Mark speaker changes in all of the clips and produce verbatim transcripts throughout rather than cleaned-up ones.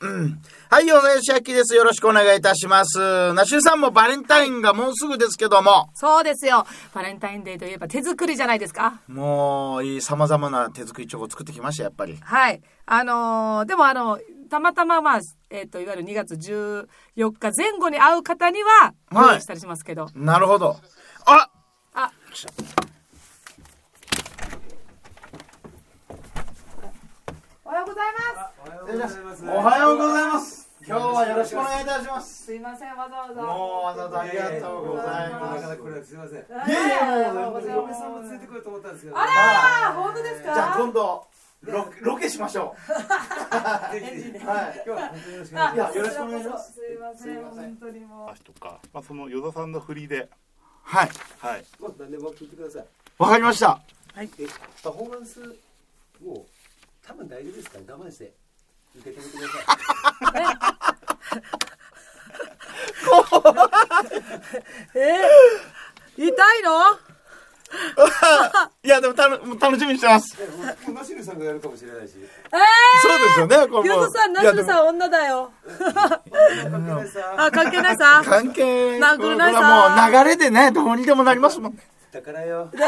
Speaker 1: うん。はい、おねしあきです。よろしくお願いいたします。なしゅうさんもバレンタインがもうすぐですけども。
Speaker 2: そうですよ。バレンタインデーといえば手作りじゃないですか。
Speaker 1: もう、いい、様々な手作りチョコを作ってきました、やっぱり。
Speaker 2: はい。あのー、でもあの、たまたままあ、えっと、いわゆるにがつじゅうよっかぜん後に会う方には、用意したりしますけど。はい、
Speaker 1: なるほど。あ
Speaker 2: あおはようございます。
Speaker 1: おはようございます。おはようございます。今日はよろしくお願いいたします。
Speaker 2: すいません、わざわざ。
Speaker 1: もうわざわざありがとうございます。
Speaker 3: なかなかこれはすいません。い
Speaker 1: やいや、もう
Speaker 3: 嫁さんもついてくると思ったんですけど。
Speaker 2: あらー、本当ですか。
Speaker 1: じゃあ今度ロロケしましょう。
Speaker 3: ぜひぜひ。
Speaker 1: はい。
Speaker 3: 今日は本当によろしくお願いします。
Speaker 1: よろしくお願いします。
Speaker 2: すいません、本当にもう。
Speaker 4: とか、まあその与田さんの振りで、
Speaker 1: はい
Speaker 4: はい。
Speaker 3: もう何でも聞いてください。
Speaker 1: わかりました。
Speaker 2: はい。
Speaker 3: え、パフォーマンスもう多分大丈夫ですから我慢して受けてみてください。
Speaker 2: えー、痛いの？
Speaker 1: いやでもたの楽しみにしてます。
Speaker 3: もうナシルさんがやるかもしれないし。
Speaker 2: えー、
Speaker 1: そうですよね。これも
Speaker 2: ゆうとさん、ナシルさん女だよ。
Speaker 3: 関係ないさ。
Speaker 2: あ、関係ないさ。
Speaker 1: 関係
Speaker 2: なんくるないさ。
Speaker 1: もう流れでね、どうにでもなりますもん。
Speaker 3: だからよ。
Speaker 2: だ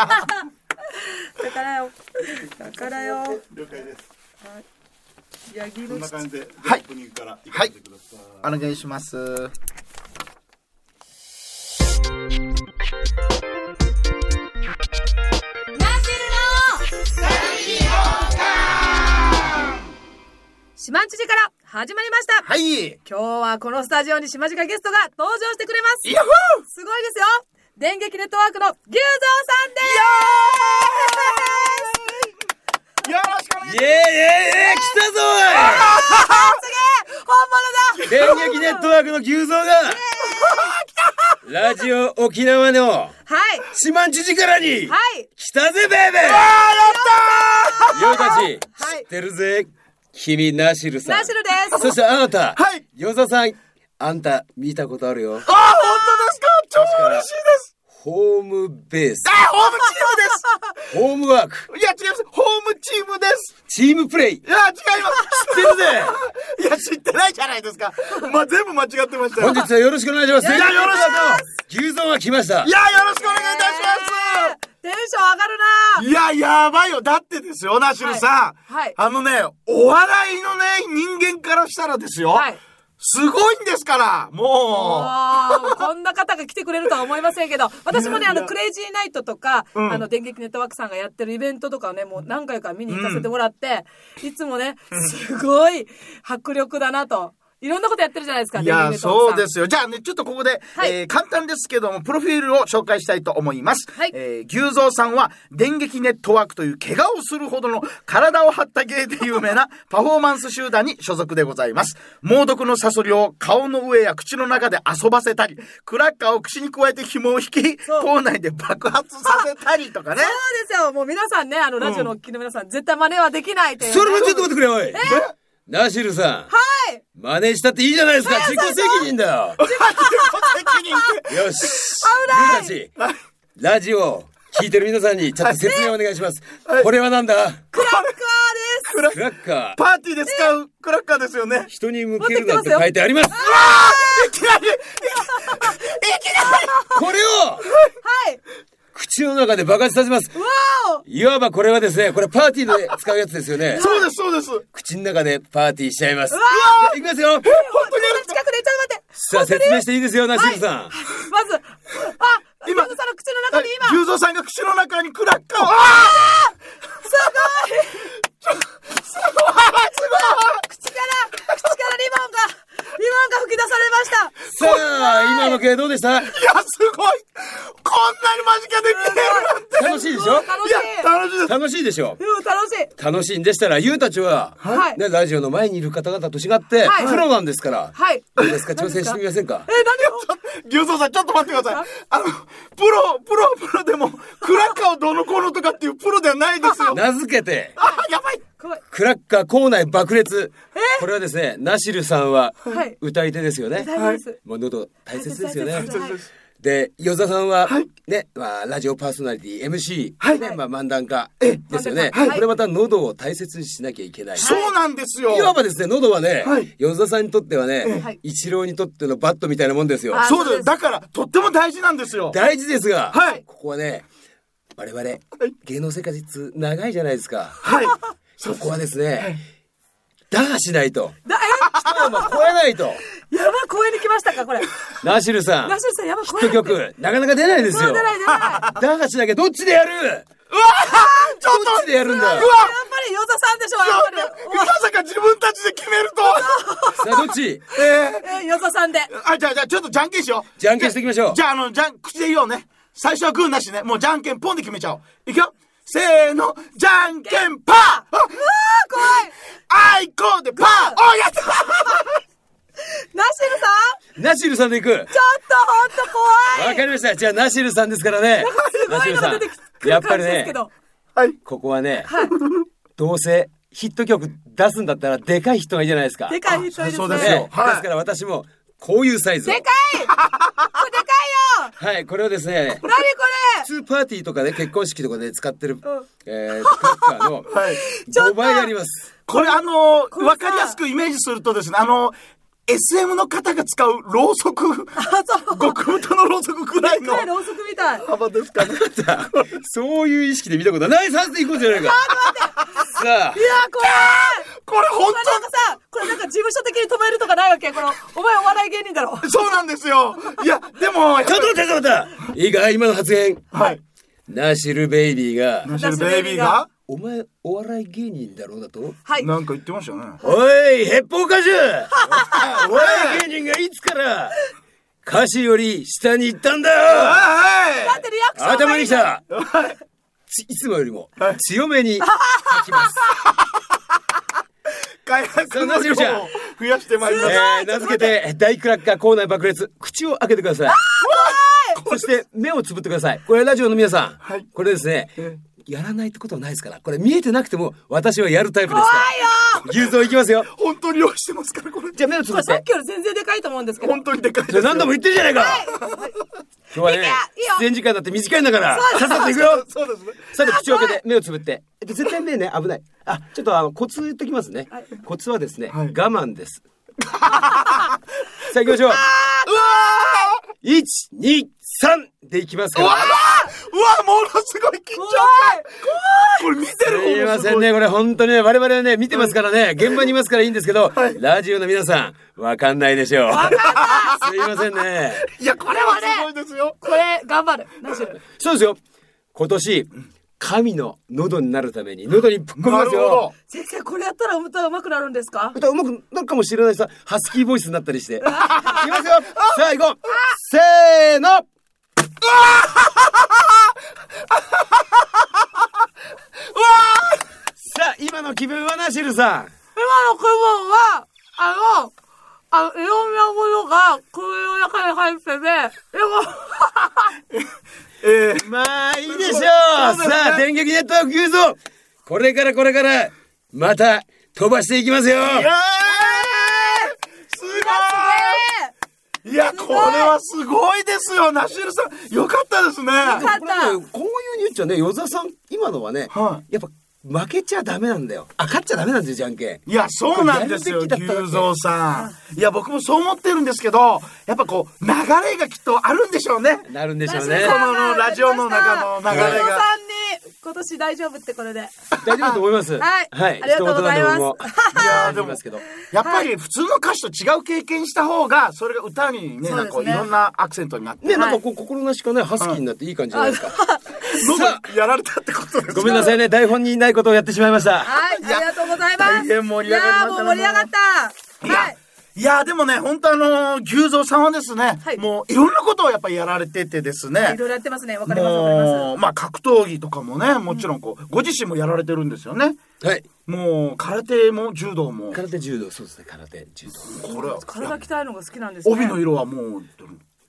Speaker 2: からよ。だからよ。
Speaker 4: 了解です。
Speaker 2: はい。ヤギの
Speaker 4: こんな感じで、
Speaker 1: はい
Speaker 4: オープニングから行かせてください。
Speaker 1: お願いします。
Speaker 2: 島んちじから始まりました。
Speaker 1: はい。
Speaker 2: 今日はこのスタジオに島近ゲストが登場してくれます。
Speaker 1: ヤッホー。
Speaker 2: すごいですよ。電撃ネットワークの牛蔵さんです。
Speaker 1: よろしくお願いします。
Speaker 3: イエーイイエーイ来たぞ
Speaker 2: すげえ本物だ。
Speaker 3: 電撃ネットワークの牛蔵がラジオ沖縄の
Speaker 2: はい
Speaker 3: 島んちじからに
Speaker 2: はい
Speaker 3: 来たぜベイベー。
Speaker 1: やったー。
Speaker 3: よいたち、
Speaker 2: はい
Speaker 3: 知ってるぜ君ナシルさん。
Speaker 2: ナシルです。
Speaker 3: そしてあなた、
Speaker 1: はい。
Speaker 3: ヨザさん、あんた見たことあるよ。
Speaker 1: あー、本当ですか。超嬉しいです。
Speaker 3: ホームベース、
Speaker 1: あー、ホームチームです。
Speaker 3: ホームワーク、
Speaker 1: いや違います。ホームチームです。
Speaker 3: チームプレイ。
Speaker 1: いや違います。
Speaker 3: 知ってるぜ。
Speaker 1: いや知ってないじゃないですか。まあ全部間違ってましたよ。
Speaker 3: 本日はよろしくお願いします。
Speaker 1: いやよろしく。
Speaker 3: 牛蔵が来ました。
Speaker 1: いやよろしくお願いいたします。
Speaker 2: テンション上がるな。
Speaker 1: いや、やばいよ。だってですよ、ナシルさん。
Speaker 2: はいはい
Speaker 1: あのね、お笑いのね、人間からしたらですよ。
Speaker 2: はい
Speaker 1: すごいんですから、も
Speaker 2: う。こんな方が来てくれるとは思いませんけど、私もね、あの、クレイジーナイトとか、
Speaker 1: うん、
Speaker 2: あの、電撃ネットワークさんがやってるイベントとかをね、もう何回か見に行かせてもらって、うん、いつもね、すごい迫力だなと。いろんなことやってるじゃないですか。
Speaker 1: いや、そうですよ。じゃあね、ちょっとここで、はい、えー、簡単ですけども、プロフィールを紹介したいと思います。はい、えー、牛蔵さんは、電撃ネットワークという怪我をするほどの体を張った芸で有名なパフォーマンス集団に所属でございます。猛毒のサソリを顔の上や口の中で遊ばせたり、クラッカーを口に加えて紐を引き、口内で爆発させたりとかね。
Speaker 2: そうですよ。もう皆さんね、あの、ラジオのお聞きの皆さん、うん、絶対真似はできないという、ね。
Speaker 3: それもちょっと待ってくれ、おい。
Speaker 2: え
Speaker 3: ナシルさん。
Speaker 2: はい。
Speaker 3: 真似したっていいじゃないですか。自己責任だよ。
Speaker 1: 自己責任
Speaker 3: よし。君たち、ラジオ聞いてる皆さんにちょっと説明お願いします。これはなんだ？
Speaker 2: クラッカーです。
Speaker 3: クラッカー。
Speaker 1: パーティーで使うクラッカーですよね。
Speaker 3: 人に向けるなって書いてあります。
Speaker 1: いきなりいきなり
Speaker 3: これを
Speaker 2: はい。
Speaker 3: 口の中で爆発させます。
Speaker 2: わお。
Speaker 3: いわばこれはですね、これパーティーで使うやつですよね。
Speaker 1: そうです、そうです。
Speaker 3: 口の中でパーティーしちゃいます。
Speaker 2: うわ
Speaker 3: ーいきますよ。
Speaker 1: 本当に
Speaker 2: 近くでちょっと待って。
Speaker 3: さあ、説明していいですよ、ナシルさん。
Speaker 2: はい、まず、あ、
Speaker 1: 今、
Speaker 2: 牛蔵さんの口の中に今。
Speaker 1: 牛蔵さんが口の中にクラッカーを。あ
Speaker 2: あすごい
Speaker 1: すごいすごい
Speaker 2: 口から、口からリボンが、リボンが吹き出されました。
Speaker 3: さあ、今の系どうでした？
Speaker 1: いや、すごい。こんなに間近で見れるなんて。
Speaker 3: 楽しいでしょ？
Speaker 2: 楽しい。
Speaker 1: いや、楽しいです。
Speaker 3: 楽しいでしょ？
Speaker 2: うん、楽しい。
Speaker 3: 楽しいんでしたら、ユウたちは、
Speaker 2: はい、
Speaker 3: ね、ラジオの前にいる方々と違って、はい、プロなんですから、
Speaker 2: はい。
Speaker 3: どうですか、挑戦してみませんか？
Speaker 2: え、何を？
Speaker 1: 牛蔵さん、ちょっと待ってください。あの、プロ、プロ、プロでも、クラッカーをどのこうのとかっていうプロではないですよ。
Speaker 3: 名付けて、
Speaker 1: あ、やばい。
Speaker 3: クラッカー校内爆裂。これはですね、ナシルさんは、歌い手ですよね。
Speaker 2: はい。
Speaker 3: もう喉大切ですよね。
Speaker 5: で与座さんは、
Speaker 1: はい、
Speaker 5: ね、まあ、ラジオパーソナリティ エムシー、
Speaker 1: はい、
Speaker 5: ね、まあ、漫談家ですよね、はい、これまた喉を大切にしなきゃいけない、はい、
Speaker 1: そうなんですよ。
Speaker 5: いわばですね、喉はね、
Speaker 1: はい、
Speaker 5: 与座さんにとってはね、はい、イチローにとってのバットみたいなもんですよ。
Speaker 1: そうです。だからとっても大事なんですよ。
Speaker 5: 大事ですが、
Speaker 1: はい、
Speaker 5: ここはね、我々、はい、芸能生活実長いじゃないですか。
Speaker 1: はい。
Speaker 5: そこはですね、はい、打破しないと。だえ一山超えないと。
Speaker 2: やば超えに来ましたかこれ。
Speaker 5: ナシルさん。
Speaker 2: ナシルさんやば
Speaker 5: ヒット曲なかなか出ないですよ。
Speaker 2: 出ない出ない。
Speaker 5: 打破しなきゃどっちでやる。うわ
Speaker 1: ちょっと
Speaker 5: どっちでやるんだ。
Speaker 2: やっぱり与座さんでしょ。やっぱり。
Speaker 1: まさか自分たちで決めると。
Speaker 5: さあどっち。
Speaker 2: えー、与座さんで。
Speaker 1: あじゃあじゃあちょっとじゃんけんしよう。
Speaker 5: じゃんけんしていきましょう。
Speaker 1: じゃああのじゃん口で言おうね。最初はグーなしね。もうじゃんけんポンで決めちゃおう。いくよ。せーの、じゃんけんパー。あ、うわー
Speaker 2: 怖い。
Speaker 1: あいこでパー。おやった。
Speaker 2: ナシルさ
Speaker 5: ん。ナシルさんでいく。ちょっと
Speaker 2: 本当怖い。
Speaker 5: わかりました。じゃあナシルさんですからね。
Speaker 2: ナシルさん。
Speaker 5: やっぱりね。
Speaker 1: はい。
Speaker 5: ここはね。はい。どうせヒット曲出すんだったらでかい人がいいじゃないですか。
Speaker 2: でかい人いいですね。
Speaker 1: そうですよ。
Speaker 5: はい。ですから私もこういうサイズ。
Speaker 2: でかい。これでかいよ。
Speaker 5: はい、これをですね。
Speaker 2: 何これ。
Speaker 5: 普通パーティーとかね、結婚式とかで使ってる、うん、えー、クラッカーのごばいあります。
Speaker 1: これあのー、わかりやすくイメージするとですね、あのー、エスエム の方が使うろうそく、極太のろうそくくらいの
Speaker 2: ろうそくみたい
Speaker 1: 幅ですかね。
Speaker 5: そういう意識で見たことはない。させていこうじゃないか。さあ、
Speaker 2: いやこれ
Speaker 1: これ本当
Speaker 2: なんかさ、これなんか事務所的に止めるとかないわけ。このお前お笑い芸人だろ。
Speaker 1: そうなんですよ。いやでも
Speaker 5: ちょっと待ってちょっと待って。いいか今の発言。
Speaker 1: はい。
Speaker 5: ナシルベイビーが。
Speaker 1: ナシルベイビーが。
Speaker 5: お前お笑い芸人だろうだと。
Speaker 2: はい。
Speaker 1: なんか言ってましたね。
Speaker 5: おいヘッポー歌手。お笑い芸人がいつから歌手より下に行ったんだよ。
Speaker 1: はい。
Speaker 2: だってリアクションが
Speaker 5: 頭に来た。
Speaker 1: はい。
Speaker 5: いつもよりも強めに書きます。
Speaker 1: 開発の量を増やしてまいります。
Speaker 5: えー、名付けて大クラッカー校内爆裂。口を開けてください。そして目をつぶってください。これラジオの皆さん、はい、これですね、やらないってことはないですから。これ見えてなくても私はやるタイプですから。
Speaker 2: 怖いよ。
Speaker 5: 牛蔵いきますよ。
Speaker 1: 本当に用意してますからこれ。
Speaker 5: じゃあ目をつぶって。
Speaker 2: さっきより全然でかいと思うんですけど。
Speaker 1: 本当にでかいですよ。
Speaker 5: 何度も言ってるじゃないか。はい、今日はね、出演時間だって短いんだから。さっさと行くよ。
Speaker 1: そうですね。
Speaker 5: さて口を開けて目をつぶって。絶対目ね危ない。あ、ちょっとあのコツ言っときますね。はい、コツはですね、はい、我慢です。さあ行きましょう。うわー。いち、に、さんでいきますから。
Speaker 1: うわうわものすごい緊張感。これ見てる方もすごい。
Speaker 5: すいませんね、これ本当にね、我々はね、見てますからね、現場にいますからいいんですけど、はい、ラジオの皆さん、わかんないでしょう。
Speaker 2: わかんない。
Speaker 5: すいませんね。
Speaker 1: いや、これはね、すごいですよ。
Speaker 2: これ、頑張る。何しろ。
Speaker 5: そうですよ。今年、神の喉になるために、喉にぶっ込みますよ。
Speaker 2: 先生、これやったら歌うまくなるんですか？
Speaker 5: 歌うまくなるかもしれないさ、ハスキーボイスになったりして。いきますよ。さあ行こう。せーの。うわさあ今の気分はナシルさん。
Speaker 2: 今の気分はあのあのいろんなものが首の中に入っててでも
Speaker 1: え
Speaker 5: ー、まあいいでしょう。さあ電撃ネットワーク牛蔵、これからこれからまた飛ばしていきますよ。
Speaker 1: いやすごい。いやこれはすごいですよ。ナシルさんよかったですね。よ
Speaker 2: かった。
Speaker 5: これね、こういうに言っちゃね、与座さん今のはね、はい、やっぱ負けちゃダメなんだよ。あ、勝っちゃダメなんですよ、じゃんけん。
Speaker 1: いや、そうなんですよ、牛蔵さん。いや、僕もそう思ってるんですけど、やっぱこう、流れがきっとあるんでしょうね。
Speaker 5: なるんでしょうね。
Speaker 1: このラジオの中の流れが。
Speaker 2: 牛蔵さんに、今年大丈夫ってこれで。
Speaker 5: 大丈夫と思います。
Speaker 2: はい。
Speaker 5: はい。
Speaker 2: ありがとうございます。
Speaker 1: いや、でも、やっぱり普通の歌手と違う経験した方が、それが歌にね、なんかいろんなアクセントになって。
Speaker 5: ね、なんかこう、心なしかね、ハスキーになっていい感じじゃないですか。
Speaker 1: さあ、やられたってことですか。
Speaker 5: ごめんなさいね、台本にないことをやってしまいました。
Speaker 2: はい、ありがとうございます。
Speaker 1: 大変盛り上がりましたね。
Speaker 2: いやもう盛り上がった。はい。
Speaker 1: いやでもね、本当あのー、牛蔵さんはですね、はい、もういろんなことをやっぱりやられててですね。
Speaker 2: いろいろやってますね。わかりますわかります。
Speaker 1: まあ格闘技とかもね、もちろんこう、ご自身もやられてるんですよね。
Speaker 5: はい。
Speaker 1: もう空手も柔道も。
Speaker 5: 空手柔道、そうですね、空手柔道。
Speaker 1: これは。
Speaker 2: 体鍛えるのが好きなんですね。
Speaker 1: 帯の色はもう、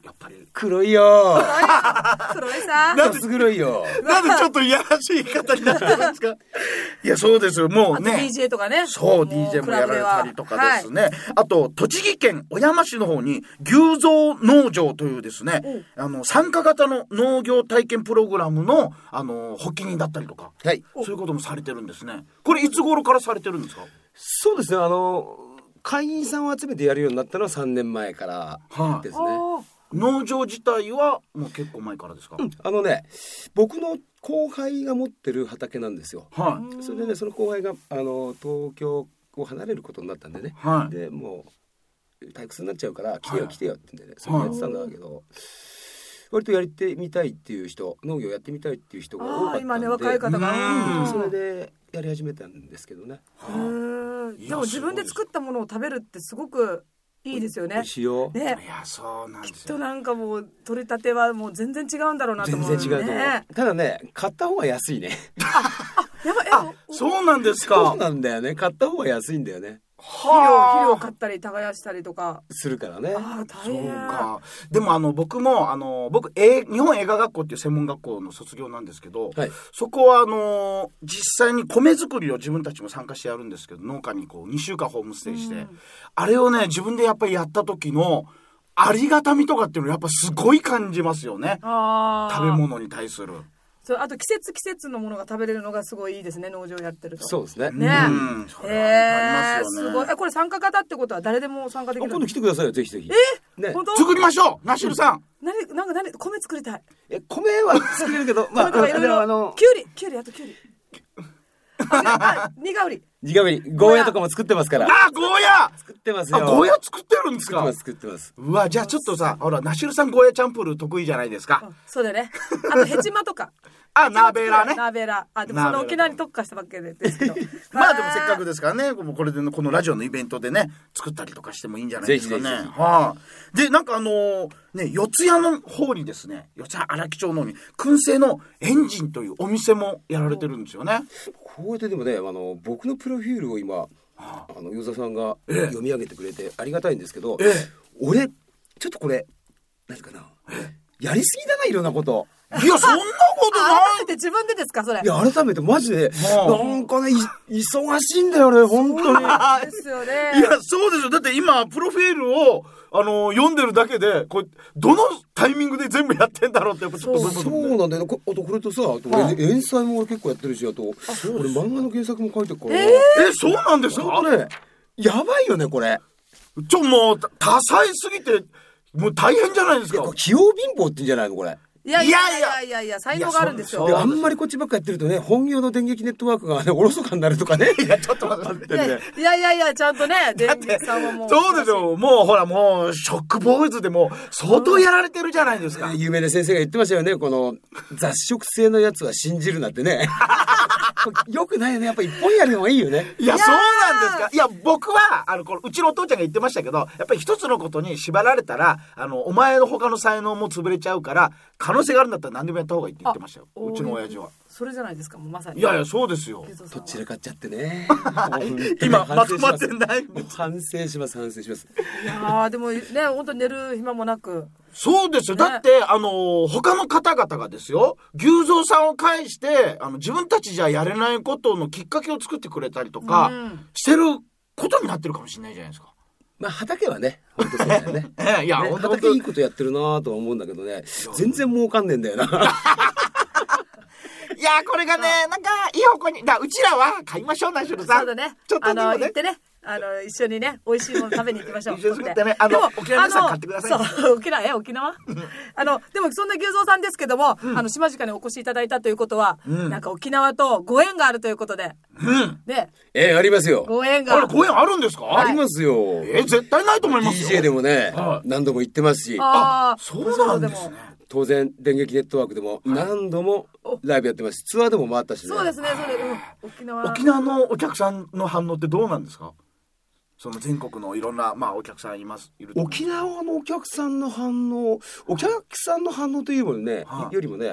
Speaker 1: やっぱり
Speaker 5: 黒いよ。
Speaker 2: 黒いさ。
Speaker 5: なんで黒いよ。
Speaker 1: なんでちょっといやらしい言い方になってるんですか。いや、そうですよ。もうね。
Speaker 2: ディージェー とかね。
Speaker 1: そう、ディージェー もやられたりとかですね。はい、あと、栃木県小山市の方に、牛造農場というですね、うん、あの、参加型の農業体験プログラムの、あの、発起人だったりとか、はい、そういうこともされてるんですね。これ、いつ頃からされてるんですか？
Speaker 5: そうですね、あの、会員さんを集めてやるようになったのはさんねんまえからですね。
Speaker 1: はい、農場自体はもう結構前からですか？
Speaker 5: うん、あのね、僕の後輩が持ってる畑なんですよ。はい、それでね、その後輩があの東京を離れることになったんでね、はい、でもう退屈になっちゃうから来てよ来てよって言ってね、それやってたんだけど、はい、割とやってみたいっていう人、農業やってみたいっていう人が多かったんで、
Speaker 2: 今ね、若い方が、
Speaker 5: うん、それでやり始めたんですけどね。
Speaker 2: はあ、でも自分で作ったものを食べるってすごくいいですよね。
Speaker 5: 美味しいよ。
Speaker 1: ね、いや、そうなんですよ。
Speaker 2: きっとなんかもう取れたてはもう全然違うんだろうなと思う、ね。
Speaker 5: 全然違うと思う。ただね、買った方が安いね。
Speaker 2: あ、やばい。
Speaker 1: あ、そうなんですか。
Speaker 5: そうなんだよね。買った方が安いんだよね。
Speaker 2: 肥料、肥料買ったり耕したりとか
Speaker 5: するからね。
Speaker 2: あ、大変。
Speaker 1: そうか。でもあの僕もあの僕え日本映画学校っていう専門学校の卒業なんですけど、はい、そこはあの実際に米作りを自分たちも参加してやるんですけど、農家にこうにしゅうかんホームステイして、うん、あれをね自分でやっぱりやった時のありがたみとかっていうのやっぱすごい感じますよね。あ、食べ物に対する。
Speaker 2: そう、あと季節季節のものが食べれるのがすごいいいですね、農場やってると。
Speaker 5: そうですね。
Speaker 2: ね。うん、えー、すごい。え、これ参加型ってことは誰でも参加できるの？
Speaker 5: 今度来てくださいよ、ぜひぜひ。
Speaker 2: えー、ね、本当？
Speaker 1: 作りましょう、ナシルさん。
Speaker 2: 何、なんか何、米作りたい。
Speaker 5: え、米は作れるけど、
Speaker 2: まあ、いろいろ、あの、きゅうり、きゅうり、あときゅうり。あ、苦売り。
Speaker 5: 苦売り、ゴーヤとかも作ってますから。
Speaker 1: あ、ゴーヤ
Speaker 5: 作ってますよ。
Speaker 1: あ、ゴーヤ作ってるんですか？
Speaker 5: 作ってます、作ってます。
Speaker 1: うわ、じゃあちょっとさ、ほら、ナシルさんゴーヤチャンプルー得意じゃないですか。
Speaker 2: うん、そうだよね。あとヘチマとか。
Speaker 1: あ、ナーベラね。
Speaker 2: ナーベラ。あ、でもその沖縄に特化したわけですけど。
Speaker 1: まあでもせっかくですからね、これでこのラジオのイベントでね、作ったりとかしてもいいんじゃないですかね。
Speaker 5: ぜひぜひ。
Speaker 1: はあ。で、なんかあのー、ね、四谷の方にですね、四谷荒木町の方に、燻製のエンジンというお店もやられてるんですよね。
Speaker 5: こうやってでもね、あの、僕のプロフィールを今、あの、与座さんが読み上げてくれてありがたいんですけど、ええ、俺、ちょっとこれ、何かな、ええ、やりすぎだな、いろんなこと。
Speaker 1: いや、そんなことない。
Speaker 2: 改めて自分でですか、それ。
Speaker 5: いや、改めてマジで、なんかね、忙しいんだよね、本当に。
Speaker 2: ですよね。
Speaker 1: いや、そうですよ。だって今、プロフィールを、あの、読んでるだけで、これ、どのタイミングで全部やってんだろうって、やっぱちょっと
Speaker 5: そう、そうなんだよね。あと、これとさ、あと、連載も俺結構やってるし、あと、俺漫画の原作も書いてるから。
Speaker 1: えー、そうなんですか？
Speaker 5: ね、やばいよね、これ。
Speaker 1: ちょ、もう、多彩すぎて、もう大変じゃないですか。
Speaker 5: 器用貧乏って言うんじゃないのこれ。
Speaker 2: いやいやいやいやいや、才能があるんですよ。
Speaker 5: あんまりこっちばっかやってるとね、本業の電撃ネットワークがね、おろそかになるとかね。
Speaker 1: いや、ちょっと待って。
Speaker 2: いやいやいや、ちゃんとね、電撃さんはもう。
Speaker 1: そうですよ。もうほら、もう、ショックボーイズでも相当やられてるじゃないですか。
Speaker 5: 有名な先生が言ってましたよね、この雑食性のやつは信じるなってね。よくないよね。やっぱ一本やるのがいいよね。
Speaker 1: いや、そうなんですか。いや、僕は、あの、このうちのお父ちゃんが言ってましたけど、やっぱり一つのことに縛られたら、あの、お前の他の才能も潰れちゃうから、可能性があるんだったら何でもやった方がいいって言ってましたよ。うちの親父は。
Speaker 2: それじゃないですか、もうまさに。
Speaker 1: いやいや、そうですよ。
Speaker 5: どちらかっちゃってね。
Speaker 1: 今、まとまってない。
Speaker 5: 反省します、反省します。
Speaker 2: いやー、でもね、本当に寝る暇もなく。
Speaker 1: そうですよ。ね、だって、あのー、他の方々がですよ、牛蔵さんを介して、あの、自分たちじゃやれないことのきっかけを作ってくれたりとか、うん、してることになってるかもしれないじゃないですか。
Speaker 5: まあ、畑はね、本当そうだよね。
Speaker 1: いや、
Speaker 5: ね、畑いいことやってるなとは思うんだけどね、全然儲かんねえんだよな。
Speaker 1: いや、これがね、なんか、いい方向に、だうちらは買いましょう、ナシュルさん。
Speaker 2: そうだね。ちょっとでもね。あの、行ってね。あの、一緒にね、美味しいもの食べに行きましょう。
Speaker 1: 一緒に作ってね、あの、沖縄さん買ってください。
Speaker 2: そう、沖縄、え、沖縄あの、でもそんな牛蔵さんですけども、うん、あの、島近にお越しいただいたということは、うん、なんか沖縄とご縁があるということで。
Speaker 1: うん。
Speaker 2: で、
Speaker 5: えー、ありますよ。
Speaker 2: ご縁が。
Speaker 1: あれ、ご縁あるんですか？
Speaker 5: ありますよ。
Speaker 1: えー、絶対ないと思いますよ。
Speaker 5: ディージェー でもね、はい、何度も行ってますし。
Speaker 1: ああ、そうなんですね。
Speaker 5: 当然電撃ネットワークでも何度もライブやってますし、ツアーでも回ったしね。
Speaker 2: そうですね、それ、うん、沖縄。
Speaker 1: 沖縄のお客さんの反応ってどうなんですか？その全国のいろんな、まあ、お客さんいますいる。
Speaker 5: 沖縄のお客さんの反応、お客さんの反応というものね、はあ、よりもね、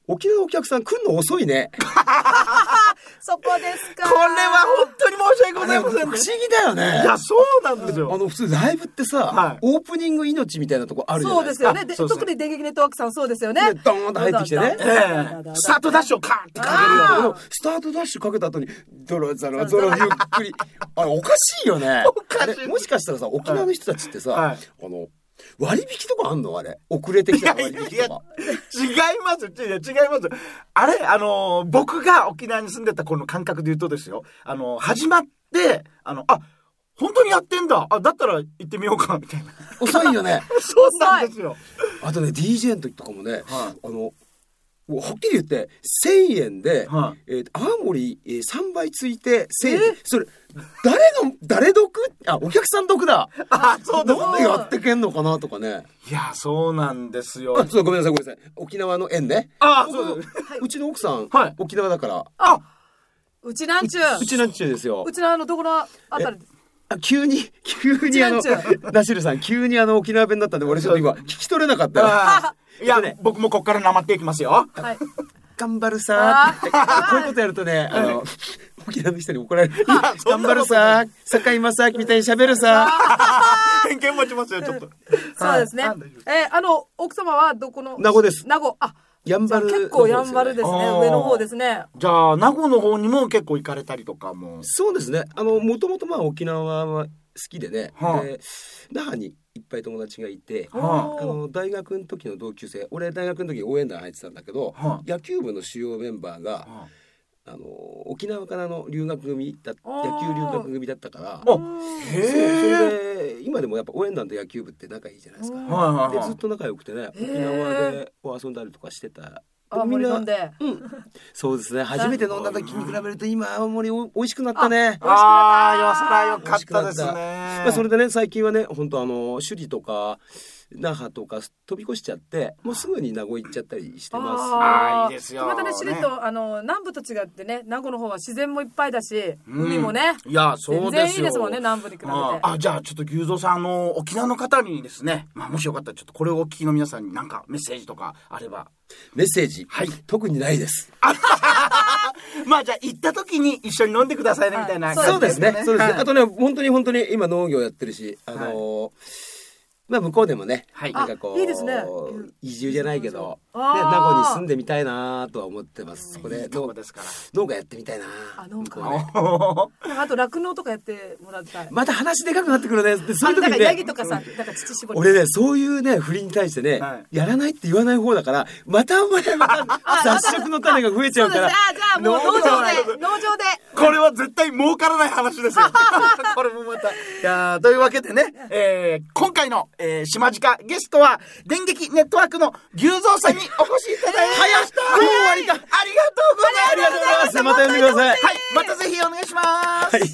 Speaker 5: 沖縄のお客さん来るの遅いね。
Speaker 2: そこですか。
Speaker 1: これは本当に申し訳ございませんね。
Speaker 5: 不思議だよね。
Speaker 1: いや、そうなんですよ。
Speaker 5: あの、普通ライブってさ、
Speaker 1: はい
Speaker 5: オープニング命みたいなとこあるじゃないですか。
Speaker 2: そうですよね。で
Speaker 1: そうそう
Speaker 2: 特に電撃ネットワークさんそうですよね。
Speaker 5: でドーンと入ってきてね。
Speaker 1: ええスタートダッシュをカーンってかけるような。
Speaker 5: でもスタートダッシュかけた後にドロザロゾロゆっくり。あれおかしいよね。
Speaker 1: おかしい
Speaker 5: あれもしかしたらさ、沖縄の人たちってさ、
Speaker 1: はい
Speaker 5: あの割引とかあんのあれ。遅れてきた割引
Speaker 1: いやい
Speaker 5: とか。
Speaker 1: 違います違う違いますあれあのー僕が沖縄に住んでた頃の感覚で言うとですよ、あのー始まってあのあ本当にやってんだ、あだったら行ってみようかみたいな。
Speaker 5: 遅いよね。
Speaker 1: そうなんですよ。
Speaker 5: あとね ディージェー の時とかもね、
Speaker 1: はい
Speaker 5: あのもうはっきり言ってせんえんで、
Speaker 1: はい
Speaker 5: えー泡盛、えー、さんばいついてせんえん。それ誰の誰得？あお客さん得だ。
Speaker 1: あそうです
Speaker 5: なんでやってけんのかなとかね。
Speaker 1: いやそうなんですよ。
Speaker 5: あそうごめんなさいごめんなさい。沖縄の縁ね。
Speaker 1: あそうです。
Speaker 5: うちの奥さん、
Speaker 1: はい
Speaker 5: 沖縄だから。
Speaker 1: あ
Speaker 2: うちなんちゅう。
Speaker 5: うちなんちゅうですよ
Speaker 2: う。ちのあのどこのあたり。
Speaker 5: あ急に急にあの
Speaker 2: うちなんちゅ
Speaker 5: ナシルさん急にあの沖縄弁だったんで俺ちょっと今聞き取れなかったよ。
Speaker 1: あいや、
Speaker 5: えっとね
Speaker 1: 僕もこっからなまっていきますよ。
Speaker 2: はい。
Speaker 5: 頑張るさーってこういうことやるとねあの沖縄の人に怒られる。頑張るさー坂井正明みたいに喋るさー。
Speaker 1: 偏見持ちますよちょっと。
Speaker 2: そうですね
Speaker 1: はいあ大丈夫です。
Speaker 2: えーあの奥様はどこの？
Speaker 5: 名護です。
Speaker 2: 名護。あ、
Speaker 5: やんばるの方ですよね
Speaker 2: 結構やんばるですね。
Speaker 1: あー
Speaker 2: 上の方ですね。
Speaker 1: じゃあ名護の方にも結構行かれたりとかも。
Speaker 5: そうですね。あのもともとまあ沖縄は好きでね。
Speaker 1: はあ
Speaker 5: で那覇にいっぱい友達がいて。
Speaker 1: は
Speaker 5: あの大学の時の同級生俺大学の時応援団入ってたんだけど、
Speaker 1: は
Speaker 5: 野球部の主要メンバーが、
Speaker 1: あ
Speaker 5: あの沖縄からの留学組だ
Speaker 2: あー
Speaker 5: 野球留学組だったから
Speaker 1: あ
Speaker 5: そう
Speaker 1: へ
Speaker 5: そ
Speaker 1: え。
Speaker 5: れで今でもやっぱ応援団と野球部って仲いいじゃないですか。
Speaker 2: うん
Speaker 1: はいはいはい
Speaker 5: でずっと仲良くてね沖縄でこう遊んだりとかしてた。
Speaker 2: あ、
Speaker 5: みんな
Speaker 2: 森飲んで。
Speaker 5: うん、そうですね初めて飲んだ時に比べると今青森お美味しくなったね。
Speaker 1: ああ、よそらよかったですね。
Speaker 5: まあ、それでね最近はね本当あの首里とか那覇とか飛び越しちゃってもうすぐに名護行っちゃったりしてます。
Speaker 1: あーいいですよ
Speaker 2: またね、首里と、あの、南部と違ってね、名護の方は自然もいっぱいだし、
Speaker 1: うん
Speaker 2: 海もね。
Speaker 1: いやそうですよ。
Speaker 2: 全然いいですもんね、南部に比べて。
Speaker 1: ああじゃあちょっと牛蔵さんあの沖縄の方にですね、まあ、もしよかったらちょっとこれをお聞きの皆さんに何かメッセージとかあれば。
Speaker 5: メッセージ、
Speaker 1: はい
Speaker 5: 特にないです。
Speaker 1: まあじゃあ行った時に一緒に飲んでくださいねみたいな
Speaker 2: あ
Speaker 1: 感じ
Speaker 5: そうですねそうですね、
Speaker 1: はい
Speaker 5: あとね本当に本当に今農業やってるしあのーまあ向こうでもね、
Speaker 1: はい
Speaker 5: なんかこう
Speaker 2: あいいですね
Speaker 5: 移住じゃないけど、ね、
Speaker 2: あー
Speaker 5: 名護に住んでみたいなとは思ってます。そこで
Speaker 1: いいとこですから。
Speaker 5: 農家やってみたいな。
Speaker 2: あ農家
Speaker 5: 向こうね
Speaker 2: なんかあと酪農とかやってもらいたい。
Speaker 5: また話でかくなってくるね。でそう
Speaker 2: あなんかヤ
Speaker 5: いう時にね
Speaker 2: ギとかさ、なんか乳搾り。
Speaker 5: 俺ねそういうね振りに対してね、
Speaker 1: はい
Speaker 5: やらないって言わない方だからまたお前また雑食の種が増えちゃうから
Speaker 2: そうです。あ、じゃあもう農場で、農場で。
Speaker 1: これは絶対儲からない話ですよ。これもまた。いやーというわけでね、えー、今回の、えー、島近ゲストは電撃ネットワークの牛蔵さんにお越しいただいて、
Speaker 5: 早したもう終わりだ。
Speaker 1: ありがとうございます。
Speaker 5: ありがとうございます。また呼んでください。
Speaker 1: はい、またぜひお願いします。
Speaker 5: はい。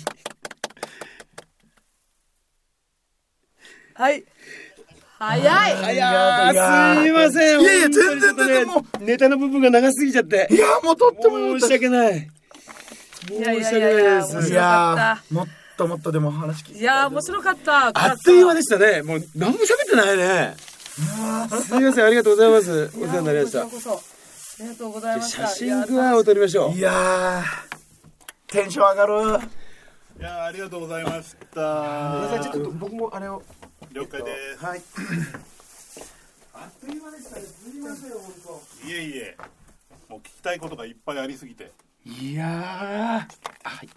Speaker 2: はい。早い。
Speaker 5: あいやーすいません。
Speaker 1: いやいや
Speaker 5: 本当に
Speaker 1: 全然
Speaker 5: ちょっとね
Speaker 1: 全然も
Speaker 5: ネタの部分が長すぎちゃって。
Speaker 1: いやーもうとってもよかった
Speaker 5: 申し訳ない。
Speaker 2: いやい
Speaker 5: 申し訳
Speaker 2: やいやいや
Speaker 5: ないです。
Speaker 2: 面白
Speaker 1: いや
Speaker 2: か
Speaker 1: ーもっともっとでも話聞きた
Speaker 2: いやー、面白かった。
Speaker 5: あっという間でしたね。もう何も喋ってないね。すみません、ありがとうございます。お世話になりました。
Speaker 2: こちらこそありがとうございました。
Speaker 5: 写真グアを撮りましょう。
Speaker 1: いやーテンション上がる。
Speaker 4: いやーありがとうございました。
Speaker 5: ごめんなさい、ちょっと僕もあれを。
Speaker 4: 了解です。
Speaker 1: はい。
Speaker 5: あっという間でしたね。すみません、本当。
Speaker 4: いえいえ、もう聞きたいことがいっぱいありすぎて。
Speaker 1: いやーはい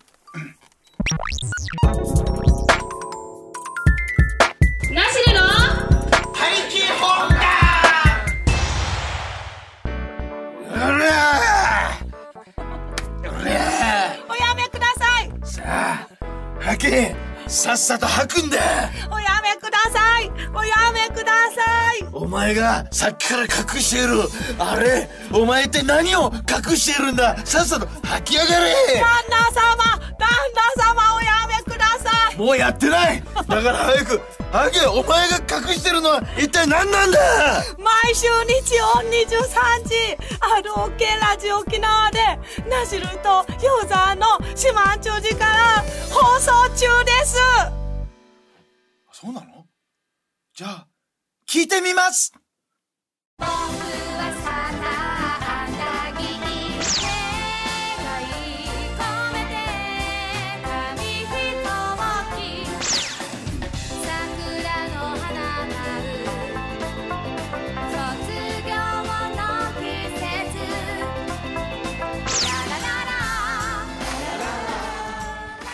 Speaker 6: ナシルの
Speaker 1: 大気本だうらーうら
Speaker 6: おやめください。
Speaker 1: ーさあ吐けさっさと吐くんだ。
Speaker 6: おやめください。おやめください。
Speaker 1: お前がさっきから隠しているあれお前って何を隠しているんだ。さっさと吐きやがれ。
Speaker 6: 旦那様、旦那様、おやめください。
Speaker 1: もうやってないだから早く吐け。お前が隠してるのは一体何なんだ。
Speaker 6: 毎週日曜にじゅうさんじ、アールオーケー ラジオ沖縄でナシルとユーザーの島んちゅうじから放送中です。
Speaker 1: そうなの？じゃあ聞いてみます。
Speaker 7: 僕はサターアンダー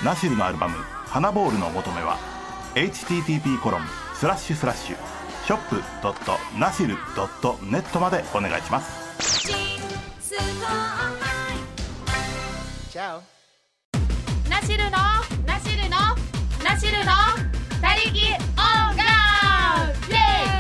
Speaker 4: ナシルのアルバム「花ボール」のお求めは エイチティーティーピーコロンスラッシュスラッシュショップドットナシルドットネットまでお願いします。
Speaker 7: ナシルのナシルのナシルの他力音楽イエ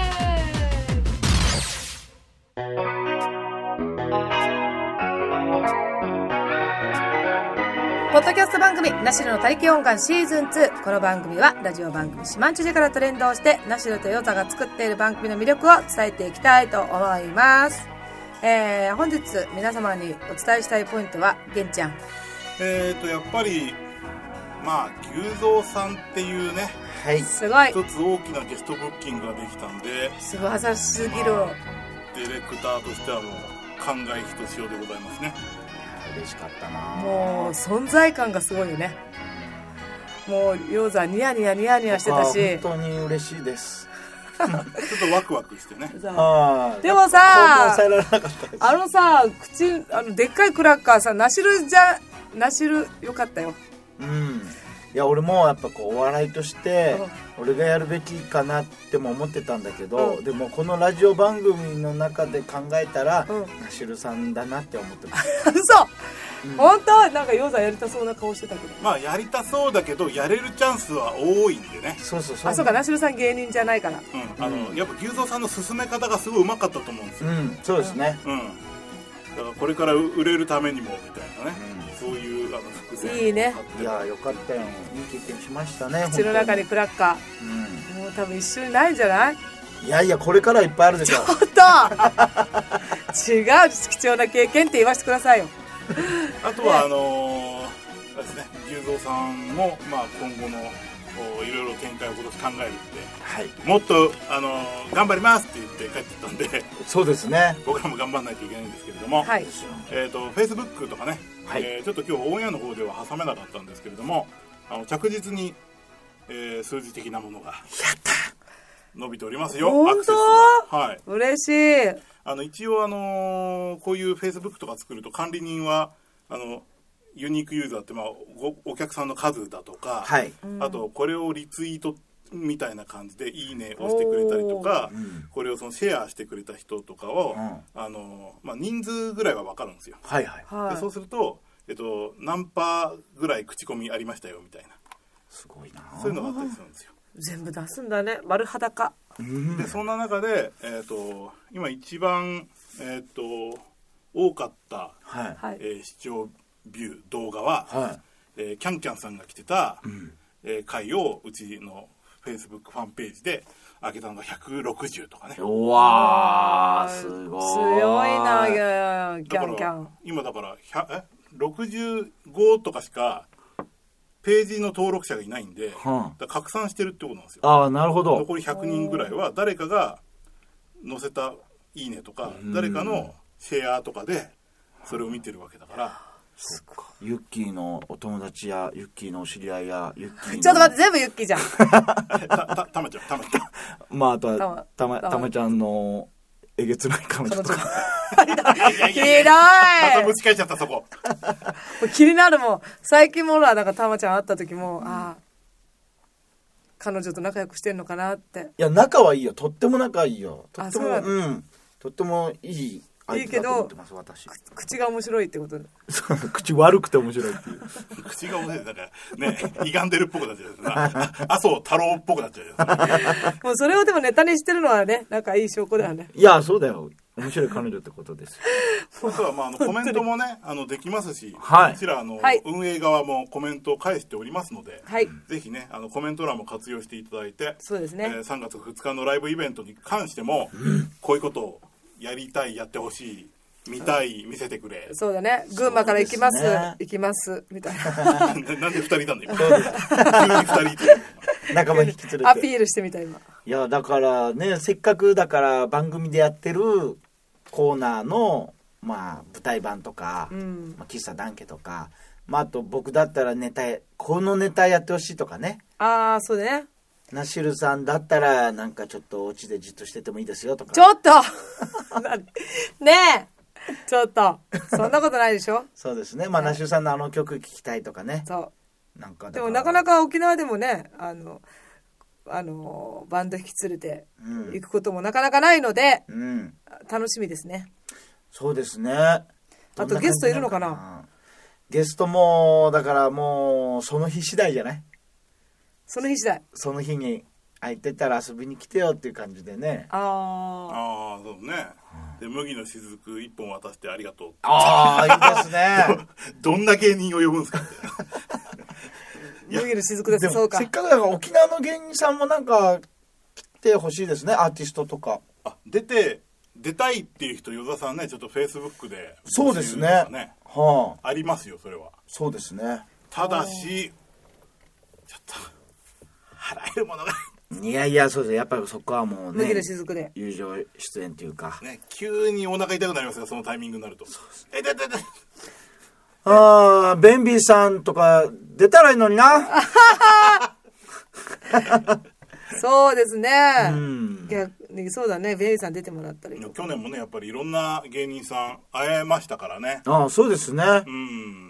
Speaker 2: ポッドキャスト番組ナシルの他力音感シーズンツー。この番組はラジオ番組シマンチュジからトレンドをしてナシルとヨザが作っている番組の魅力を伝えていきたいと思います。えー、本日皆様にお伝えしたいポイントはゲンちゃん。
Speaker 4: えーとやっぱりまあ牛蔵さんっていうね、
Speaker 1: はい、
Speaker 2: すごい
Speaker 4: 一つ大きなゲストブッキングができたんで、
Speaker 2: 素晴らしすぎる、まあ、
Speaker 4: ディレクターとしてはもう感慨ひとしおでございますね。
Speaker 1: 嬉しかったな。
Speaker 2: もう存在感がすごいよね。もうヨーザニヤニヤニヤニヤしてたし、
Speaker 1: 本当に嬉しいです。
Speaker 4: ちょっとワクワクしてね。
Speaker 1: あ
Speaker 2: でもさ、
Speaker 1: 抑えられなかったです。
Speaker 2: あのさ、口あのでっかいクラッカーさ、ナシルじゃナシルよかったよ。
Speaker 1: うん。いや俺もやっぱこうお笑いとして俺がやるべきかなっても思ってたんだけど、うん、でもこのラジオ番組の中で考えたら、うん、ナシルさんだなって思ってます。
Speaker 2: 嘘、うん、本当なんかヨウザやりたそうな顔してたけど。
Speaker 4: まあやりたそうだけどやれるチャンスは多いんでね。
Speaker 1: そうそうそう。
Speaker 2: あ、そうか、ナシルさん芸人じゃないから。
Speaker 4: うん、あの、うん、やっぱ牛蔵さんの進め方がすごいうまかったと思うんですよ。
Speaker 1: うん、そうですね。
Speaker 4: うん。だからこれから売れるためにもみたいなね。うん、そういうあの伏線。
Speaker 2: いいね。
Speaker 1: いやよかったよ。いい経験しましたね。
Speaker 2: 口の中にクラッカー。うん。もう多分一緒にないんじゃない？
Speaker 1: いやいやこれからいっぱいあるでしょ。
Speaker 2: ちょっと違う、貴重な経験って言わせてくださいよ。
Speaker 4: あとはあのー、あれですね、牛蔵さんもまあ今後のいろいろ展開を今年考えるんで、はい、もっとあのー、頑張りますって言って帰ってったんで、
Speaker 1: そうですね。
Speaker 4: 僕らも頑張らないといけないんですけれども、はい、えっとフェイスブックとかね、はい、えー、ちょっと今日オンエアの方では挟めなかったんですけれども、あの着実に、えー、数字的なものがやった伸びておりますよ。
Speaker 2: 本当？
Speaker 4: はい。
Speaker 2: 嬉しい。
Speaker 4: あの一応あのー、こういうフェイスブックとか作ると管理人はあのユニークユーザーって、まあ、お, お客さんの数だとか、はい、あとこれをリツイートみたいな感じでいいねをしてくれたりとか、これをそのシェアしてくれた人とかを、うん、あのまあ、人数ぐらいは分かるんですよ。はいはい、でそうすると、えっと、何パーぐらい口コミありましたよみたいな、すごいな、そういうのがあったりするんですよ。
Speaker 2: 全部出すんだね、丸裸。
Speaker 4: でそんな中で、えー、と今一番、えー、と多かった、はい、えー、視聴ビュー動画は、はい、えー、キャンキャンさんが来てた、うん、えー、回をうちのフェイスブックファンページで上げたのがひゃくろくじゅうとかね。うわー、すごい
Speaker 2: 強いな、キャンキャン。
Speaker 4: 今だからえろくじゅうごとかしかページの登録者がいないんで、はあ、だ拡散してるってことなんですよ。
Speaker 1: ああ、なるほど。
Speaker 4: 残りひゃくにんぐらいは誰かが載せたいいねとか、誰かのシェアとかでそれを見てるわけだから。
Speaker 1: そうか。ユッキーのお友達やユッキーのお知り合いやユッキーの
Speaker 2: ちょっと待って、全部ユッキーじゃん。
Speaker 4: たたたまちゃんたまちゃん。
Speaker 1: まああとはたまたまちゃんのえげつない彼女とか。
Speaker 2: ひどい。ま
Speaker 4: た持ち帰っちゃったそこ。
Speaker 2: 気になるもん。最近もほらなんかたまちゃん会った時も、うん、ああ彼女と仲良くしてんのかなって。
Speaker 1: いや仲はいいよ。とっても仲いいよ。とってもうん。とってもいい相手だと思ってます。いいけど私。
Speaker 2: 口が面白いってことで。
Speaker 1: 口悪くて面白いっていう。
Speaker 4: 口が面白いだからね、歪んでるっぽくなっちゃうな。麻生太郎っぽくなっちゃう。
Speaker 2: もうそれをでもネタにしてるのはね、仲いい証拠だよね。
Speaker 1: いやそうだよ。面白い彼女ってことです。
Speaker 4: あとはまああのコメントもね、あのできますし、はい、こちらあの、はい、運営側もコメントを返しておりますので、はい、ぜひねあのコメント欄も活用していただいて、
Speaker 2: そうですね。
Speaker 4: えー、さんがつふつかのライブイベントに関しても、うん、こういうことをやりたい、やってほしい、見たい、見せてくれ。
Speaker 2: そうだね。群馬から行きます、ね、行きますみたい
Speaker 4: な。なんでふたりいたんだ今。急にふたりいて。
Speaker 1: 仲間引き連れて。
Speaker 2: アピールしてみた今。
Speaker 1: いやだからね、せっかくだから番組でやってるコーナーのまあ舞台版とか、うん、まあ、喫茶団家とか、まああと僕だったらネタこのネタやってほしいとかね。
Speaker 2: ああそうだね。
Speaker 1: ナシルさんだったらなんかちょっとお家でじっとしててもいいですよとか。
Speaker 2: ちょっとねえちょっとそんなことないでしょ。
Speaker 1: そうですね。まあ、はい、ナシルさんのあの曲聴きたいとかね。
Speaker 2: そう
Speaker 1: なんか
Speaker 2: でもなかなか沖縄でもねあのあのバンド引き連れて行くこともなかなかないので、うん、楽しみですね。
Speaker 1: そうですね。
Speaker 2: あとゲストいるのかな。
Speaker 1: ゲストもだからもうその日次第じゃない。
Speaker 2: その日次第。
Speaker 1: その日に空いてたら遊びに来てよっていう感じでね。
Speaker 4: ああそうね。で麦の雫一本渡してありがとう。
Speaker 1: ああいいですね。
Speaker 4: ど, どんな芸人を呼ぶんですか。
Speaker 2: 麦の雫です。そうか。
Speaker 1: せっかくだから沖縄の芸人さんもなんか来てほしいですね。アーティストとか。
Speaker 4: あ出て出たいっていう人与田さんねちょっとフェイスブックで、
Speaker 1: そうですね。
Speaker 4: はあ。ありますよそれは。
Speaker 1: そうですね。
Speaker 4: ただしちょっと払えるものが。
Speaker 1: いやいやそうです。やっぱりそこはもうね。
Speaker 2: 麦の雫で
Speaker 1: 友情出演というか。
Speaker 4: ね急にお腹痛くなりますよそのタイミングになると。そうです。えででで。
Speaker 1: ああベンビーさんとか出たらいいのにな。
Speaker 2: そうですね。うん、そうだね。ベンビーさん出てもらったり。
Speaker 4: 去年もねやっぱりいろんな芸人さん会えましたからね。
Speaker 1: ああそうですね。
Speaker 4: うん。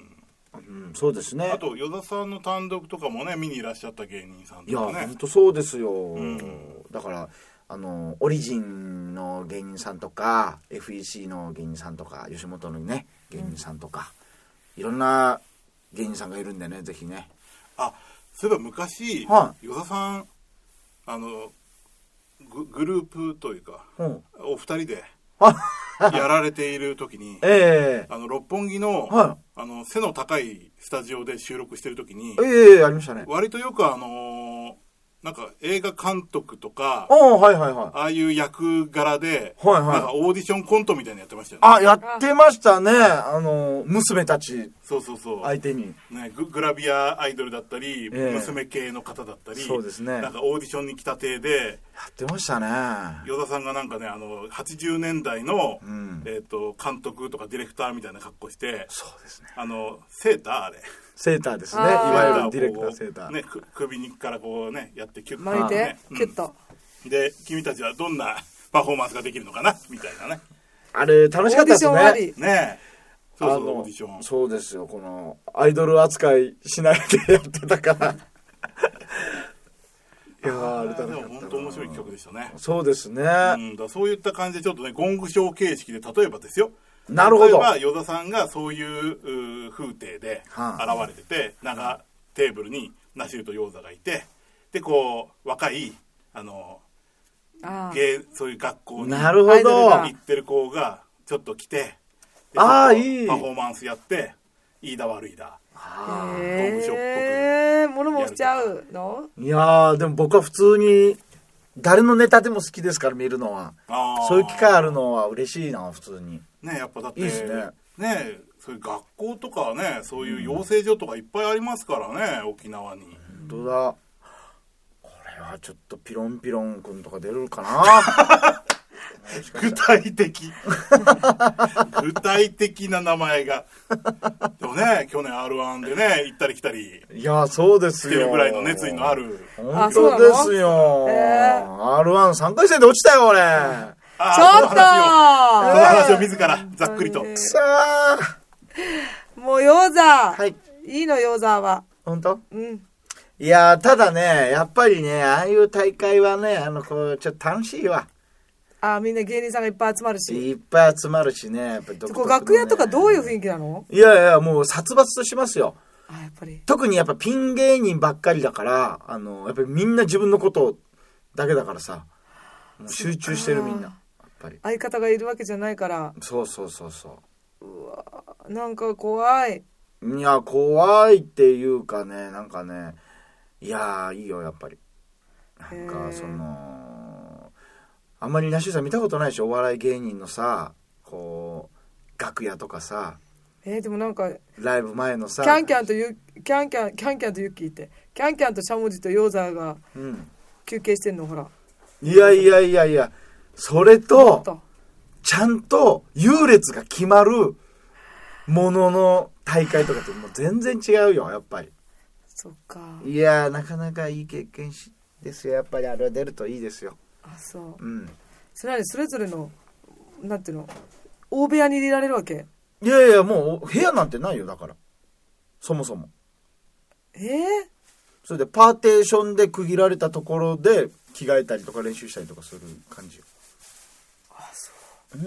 Speaker 1: うん、そうですね。
Speaker 4: あと与田さんの単独とかもね見にいらっしゃった芸人さんとかね。
Speaker 1: いや本当そうですよ。うん、だからあのオリジンの芸人さんとか エフイーシー の芸人さんとか吉本のね芸人さんとか、うん、いろんな芸人さんがいるんでねぜひね。
Speaker 4: あそういえば昔、はい、与田さんあの グ, グループというか、うん、お二人でやられている時に、えー、あの六本木の、はい、あの背の高いスタジオで収録してる時に、
Speaker 1: えー、ありましたね。
Speaker 4: 割とよくあのー、なんか映画監督とか、
Speaker 1: はいはいはい、
Speaker 4: ああいう役柄で、
Speaker 1: はいはい、
Speaker 4: なんかオーディションコントみたいなのやってましたよ
Speaker 1: ね。あやってましたね。あの娘たち
Speaker 4: そうそうそう
Speaker 1: 相手に、
Speaker 4: ね、グ, グラビアアイドルだったり、えー、娘系の方だったり、
Speaker 1: そうですね。
Speaker 4: なんかオーディションに来た体で
Speaker 1: やってましたね。
Speaker 4: 与田さんがなんかねあのはちじゅうねんだいの、うん、えー、と監督とかディレクターみたいな格好して、
Speaker 1: そうですね。
Speaker 4: あのセーターあれ
Speaker 1: セーターですね。いわゆるディレクターセーター、
Speaker 4: ね、首にからこうねやってキュッと
Speaker 2: 巻いて、ね、キュッと、
Speaker 4: うん、で君たちはどんなパフォーマンスができるのかなみたいなね。
Speaker 1: あれ楽しかったですね。
Speaker 4: ねそうそうオーディション。
Speaker 1: そうですよ。このアイドル扱いしないでやってたからいやあれ楽しかったな。
Speaker 4: でも本当面白い企画でしたね。
Speaker 1: そうですね、
Speaker 4: うん、だそういった感じでちょっとねゴングショー形式で例えばですよ。
Speaker 1: なるほど。
Speaker 4: 例えば与田さんがそういう風景で現れてて、なんかテーブルにナシルとヨウザがいて、でこう若いあの芸そういう学校に行ってる子がちょっと来て、
Speaker 1: あいい
Speaker 4: パフォーマンスやっていいだ悪いだ、
Speaker 2: ゴングショーっぽく物もしちゃうの。
Speaker 1: いやでも僕は普通に誰のネタでも好きですから見るのは。そういう機会あるのは嬉しいな普通に
Speaker 4: ね。やっぱだって
Speaker 1: いいですね。
Speaker 4: ねそういう学校とかねそういう養成所とかいっぱいありますからね、うん、沖縄に。
Speaker 1: 本当だ。これはちょっとピロンピロンくんとか出るかな
Speaker 4: 具体的具体的な名前がでもね去年 アールワン でね行ったり来たり
Speaker 1: いやそうですよ
Speaker 4: してるぐらいの熱意のある。
Speaker 1: 本当ですよ、えー、アールワンさん 回戦で落ちたよ俺。
Speaker 2: あちょっとその
Speaker 4: 話を自らざっくりと、
Speaker 1: くそー
Speaker 2: もうヨウザ、
Speaker 1: はい、
Speaker 2: いいのヨウザは
Speaker 1: 本当。
Speaker 2: うん
Speaker 1: いやただねやっぱりねああいう大会はねあのこうちょっと楽しいわ。
Speaker 2: あみんな芸人さんがいっぱい集まるし
Speaker 1: いっぱい集まるしねやっぱり独特のね、
Speaker 2: 楽屋とかどういう雰囲気なの。
Speaker 1: いやいやもう殺伐としますよ。
Speaker 2: あやっぱり
Speaker 1: 特にやっぱピン芸人ばっかりだからあのやっぱりみんな自分のことだけだからさもう集中してるみんなやっぱり
Speaker 2: 相方がいるわけじゃないから。
Speaker 1: そうそうそうそう
Speaker 2: うわなんか怖い。
Speaker 1: いや怖いっていうかねなんかねいやいいよやっぱりなんかそのあんまりナシュさん見たことないでしょお笑い芸人のさこう楽屋とかさ。
Speaker 2: えー、でもなんか
Speaker 1: ライブ前のさ
Speaker 2: キャンキャンとユキャンキャンキャンキャンとユッキーってキャンキャンとしゃもじとヨウザが休憩してんの、うん、ほら
Speaker 1: いやいやいやいやそれとちゃんと優劣が決まるものの大会とかってもう全然違うよやっぱり。
Speaker 2: そっか。
Speaker 1: いやなかなかいい経験しですよやっぱりあれは出るといいですよ。
Speaker 2: あそう。
Speaker 1: うん。
Speaker 2: それはそれぞれのなんていうの大部屋に入れられるわけ。
Speaker 1: いやいやもう部屋なんてないよだからそもそも。
Speaker 2: えー、
Speaker 1: それでパーテーションで区切られたところで着替えたりとか練習したりとかする感じよ。
Speaker 2: あ、そう。
Speaker 1: うん。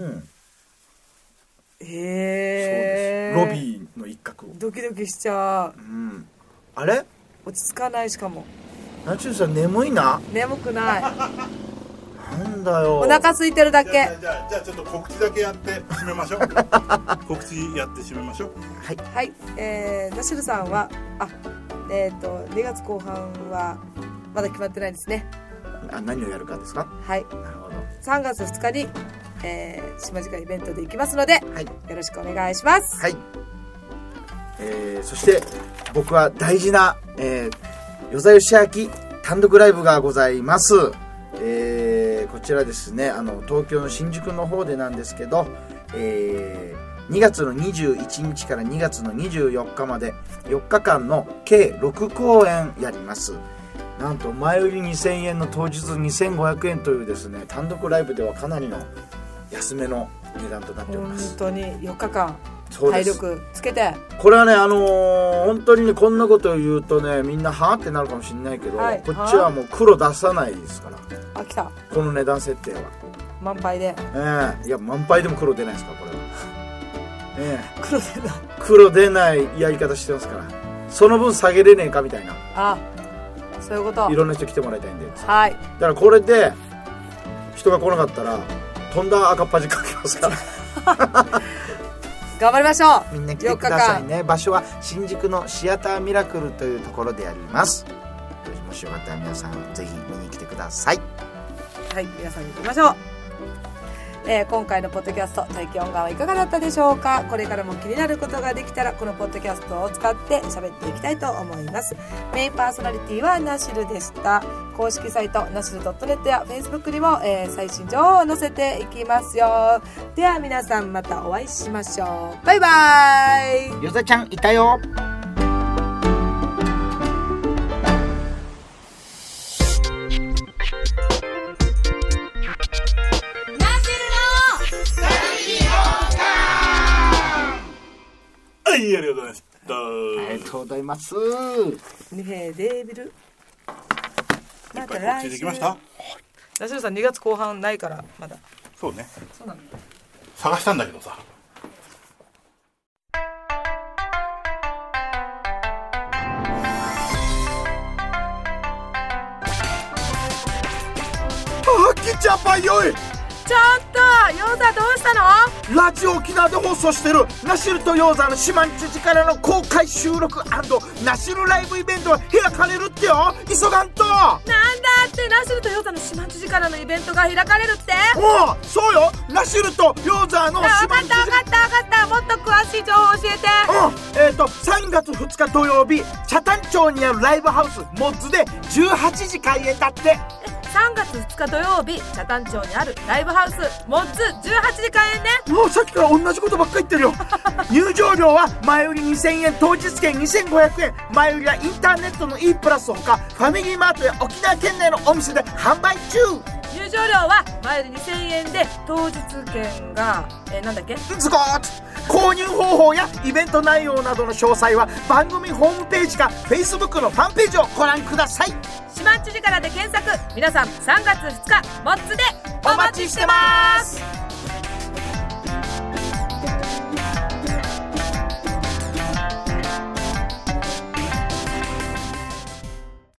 Speaker 2: えー、
Speaker 1: そうです。ロビーの一角を。
Speaker 2: ドキドキしちゃう。
Speaker 1: うん。あれ？
Speaker 2: 落ち着かない。しかも。
Speaker 1: ナチュさん眠いな。
Speaker 2: 眠くない。
Speaker 1: なんだよ。
Speaker 2: お腹空いてるだけ。
Speaker 4: じゃあじゃあじゃあちょっと告知だけやって締めましょう。告知やって締めましょう。
Speaker 1: はい。
Speaker 2: はい。えー、ナシルさんはあえっ、ー、とにがつこう半はまだ決まってないですね。
Speaker 1: あ、何をやるかですか。
Speaker 2: はい。
Speaker 1: なるほど。
Speaker 2: さんがつふつかに、えー、島時間イベントで行きますので、はい、よろしくお願いします。
Speaker 1: はい。えー、そして僕は大事な、えー、与座義明単独ライブがございます。えー、こちらですね、あの東京の新宿の方でなんですけど、えー、にがつのにじゅういちにちからにがつのにじゅうよっかまでよっかかんの計ろくこうえんやります。なんと前売りにせんえんの当日にせんごひゃくえんというですね、単独ライブではかなりの安めの値段となっております。
Speaker 2: 本当によっかかん体力つけて、
Speaker 1: これはね、あのー、本当にね、こんなことを言うとね、みんなはぁってなるかもしれないけど、はい、こっちはもう黒出さないですから。
Speaker 2: あ、来た。
Speaker 1: この値段設定は
Speaker 2: 満杯で、
Speaker 1: えー、いや満杯でも黒出ないですかこれは。え
Speaker 2: ー、黒出ない
Speaker 1: 黒出ないやり方してますから、その分下げれねえかみたいな。
Speaker 2: あ、そういうこと。
Speaker 1: いろんな人来てもらいたいんで、
Speaker 2: はい。
Speaker 1: だからこれで人が来なかったらとんだ赤っ端かけますから
Speaker 2: 頑張りましょ
Speaker 1: う。みんな来てくださいね。場所は新宿のシアターミラクルというところでやります。もしよかったら皆さんぜひ見に来てください。
Speaker 2: はい、皆さんに行きましょう。えー、今回のポッドキャスト大気音感はいかがだったでしょうか。これからも気になることができたらこのポッドキャストを使って喋っていきたいと思います。メインパーソナリティはナシルでした。公式サイトナシル .net や Facebook にも、えー、最新情報を載せていきますよ。では皆さんまたお会いしましょう。バイバイ。
Speaker 1: よざちゃんいたよ。
Speaker 4: はい、ありがとうございました。
Speaker 1: ありがとうございます。
Speaker 2: 二平デービル。
Speaker 4: また来週できました。
Speaker 2: ナシルさんにがつこう半ないからまだ。
Speaker 4: そうね。
Speaker 2: そうなの。
Speaker 4: 探したんだけどさ。
Speaker 1: あ、来ちゃばよい。
Speaker 2: ちょっとヨーザどうしたの。
Speaker 1: ラジオ沖縄で放送してるナシルとヨーザの島んち力の公開収録&ナシルライブイベントが開かれるってよ。急がんと。
Speaker 2: なんだってナシルとヨーザの島んち力のイベントが開かれるって。
Speaker 1: おう、そうよ。ナシルとヨーザの島んち力。
Speaker 2: 分かった分かった分かった。もっと詳しい情報教えて。
Speaker 1: うん、えーとさんがつふつか土曜日北谷町にあるライブハウスモッズでじゅうはちじ開演だって。
Speaker 2: さんがつふつか土曜日北谷町にあるライブハウスモッズじゅうはちじ開演ね。
Speaker 1: もうさっきから同じことばっかり言ってるよ入場料は前売りにせんえん、当日券にせんごひゃくえん。前売りはインターネットの E プラスほかファミリーマートや沖縄県内のお店で販売中。
Speaker 2: 入場料は前売りにせんえんで当日券が、えー、なんだっけ
Speaker 1: ズゴーッ。購入方法やイベント内容などの詳細は番組ホームページか Facebook のファンページをご覧ください。
Speaker 2: 島んち力で検索。皆さんさんがつふつかモッズで
Speaker 1: お待ちしてます。